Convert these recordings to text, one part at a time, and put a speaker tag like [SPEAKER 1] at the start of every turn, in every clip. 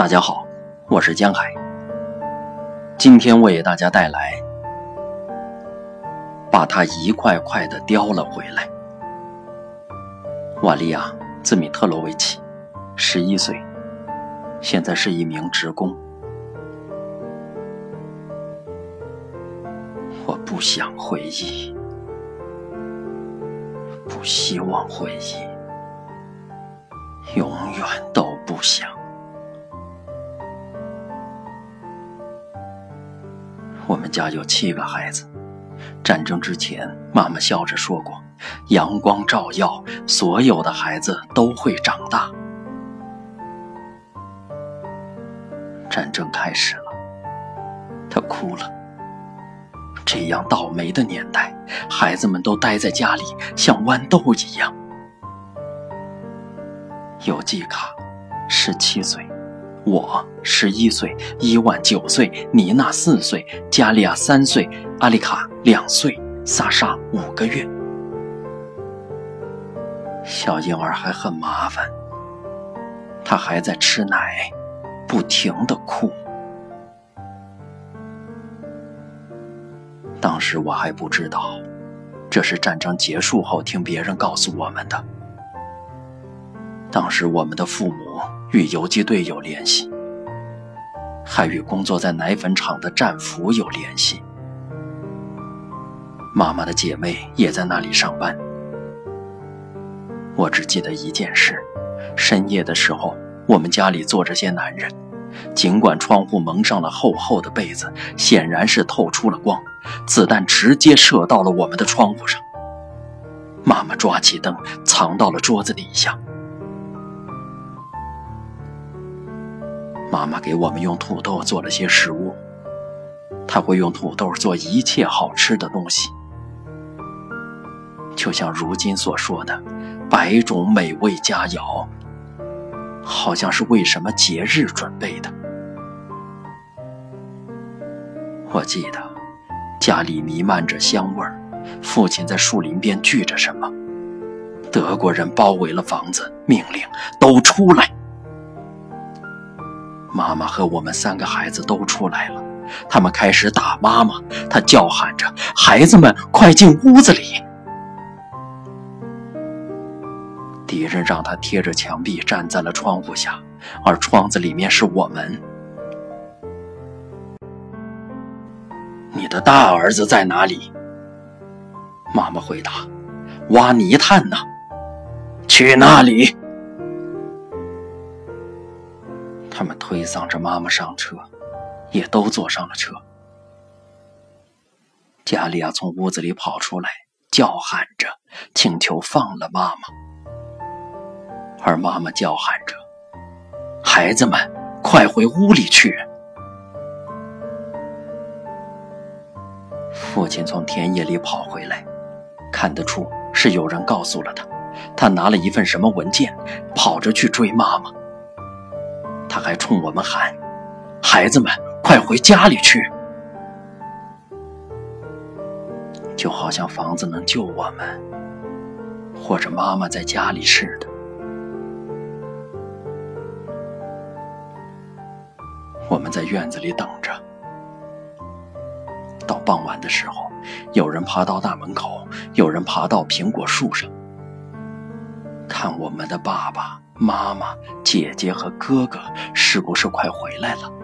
[SPEAKER 1] 大家好，我是江海。今天为大家带来把他一块块的叼了回来。瓦利亚·兹米特罗维奇，11岁，现在是一名职工。我不想回忆，不希望回忆，永远都不想。我们家有7个孩子，战争之前，妈妈笑着说过，阳光照耀，所有的孩子都会长大。战争开始了，她哭了。这样倒霉的年代，孩子们都待在家里，像豌豆一样。邮寄卡，17岁。我11岁，伊万9岁，妮娜4岁，加利亚3岁，阿丽卡2岁，萨莎5个月。小婴儿还很麻烦，他还在吃奶，不停地哭。当时我还不知道，这是战争结束后听别人告诉我们的。当时我们的父母与游击队有联系，还与工作在奶粉厂的战俘有联系。妈妈的姐妹也在那里上班。我只记得一件事，深夜的时候，我们家里坐着些男人，尽管窗户蒙上了厚厚的被子，显然是透出了光，子弹直接射到了我们的窗户上。妈妈抓起灯，藏到了桌子底下。妈妈给我们用土豆做了些食物，她会用土豆做一切好吃的东西，就像如今所说的100种美味佳肴，好像是为什么节日准备的。我记得家里弥漫着香味儿，父亲在树林边锯着什么，德国人包围了房子，命令都出来。妈妈和我们3个孩子都出来了，他们开始打妈妈，她叫喊着，孩子们快进屋子里。敌人让他贴着墙壁站在了窗户下，而窗子里面是我们。你的大儿子在哪里？妈妈回答，挖泥炭呢。去那里。他们推搡着妈妈上车，也都坐上了车。加利亚从屋子里跑出来，叫喊着，请求放了妈妈。而妈妈叫喊着，孩子们快回屋里去。父亲从田野里跑回来，看得出是有人告诉了他，他拿了一份什么文件，跑着去追妈妈。他还冲我们喊，孩子们快回家里去。就好像房子能救我们，或者妈妈在家里似的。我们在院子里等着。到傍晚的时候，有人爬到大门口，有人爬到苹果树上，看我们的爸爸、妈妈、姐姐和哥哥是不是快回来了。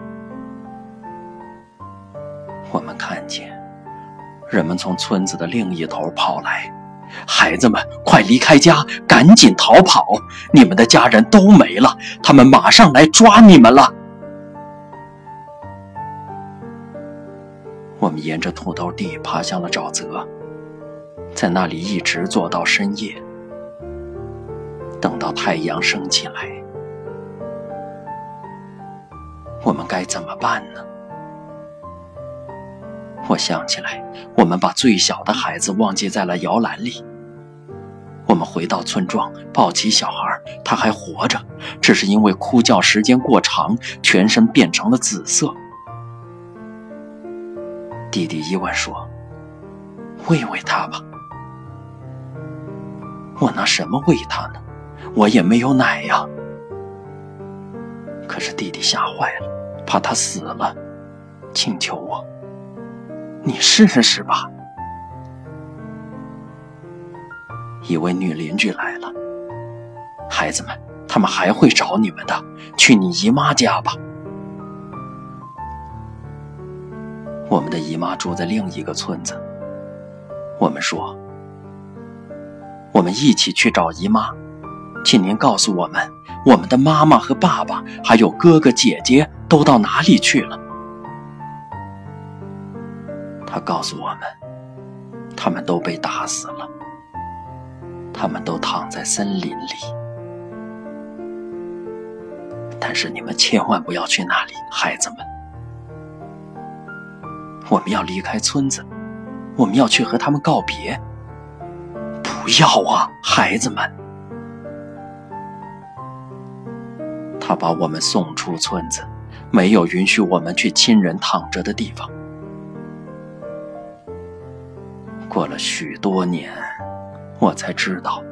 [SPEAKER 1] 我们看见人们从村子的另一头跑来，孩子们快离开家，赶紧逃跑，你们的家人都没了，他们马上来抓你们了。我们沿着土豆地爬向了沼泽，在那里一直坐到深夜，等到太阳升起来。我们该怎么办呢？我想起来，我们把最小的孩子忘记在了摇篮里。我们回到村庄，抱起小孩，他还活着，只是因为哭叫时间过长，全身变成了紫色。弟弟伊万说，喂喂他吧。我拿什么喂他呢？我也没有奶呀。 可是弟弟吓坏了，怕他死了，请求我，你试试吧。一位女邻居来了，孩子们，他们还会找你们的，去你姨妈家吧。我们的姨妈住在另一个村子，我们说，我们一起去找姨妈，请您告诉我们，我们的妈妈和爸爸还有哥哥姐姐都到哪里去了。他告诉我们，他们都被打死了，他们都躺在森林里。但是你们千万不要去那里，孩子们。我们要离开村子，我们要去和他们告别。不要啊，孩子们。他把我们送出村子，没有允许我们去亲人躺着的地方。过了许多年，我才知道，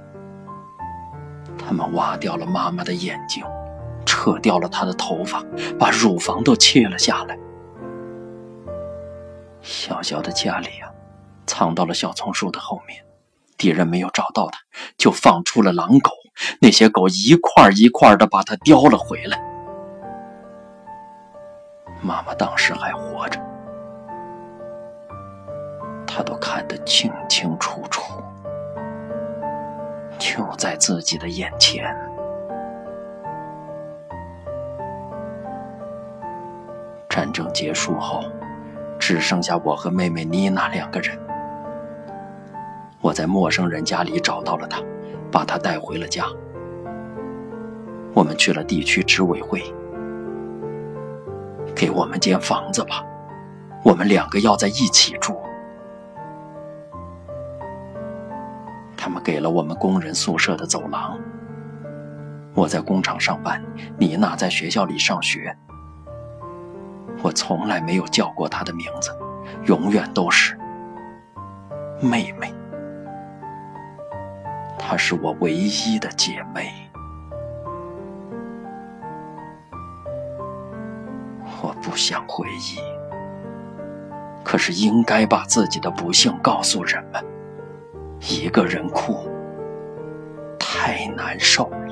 [SPEAKER 1] 他们挖掉了妈妈的眼睛，扯掉了她的头发，把乳房都切了下来。小小的家里啊，藏到了小松树的后面，敌人没有找到他，就放出了狼狗，那些狗一块一块的把他叼了回来。妈妈当时还活着，他都看得清清楚楚，就在自己的眼前。战争结束后，只剩下我和妹妹妮娜2个人。我在陌生人家里找到了她，把她带回了家。我们去了地区执委会，给我们间房子吧，我们2个要在一起住。他们给了我们工人宿舍的走廊。我在工厂上班，妮娜在学校里上学。我从来没有叫过她的名字，永远都是妹妹。她是我唯一的姐妹。我不想回忆，可是应该把自己的不幸告诉人们。一个人哭，太难受了。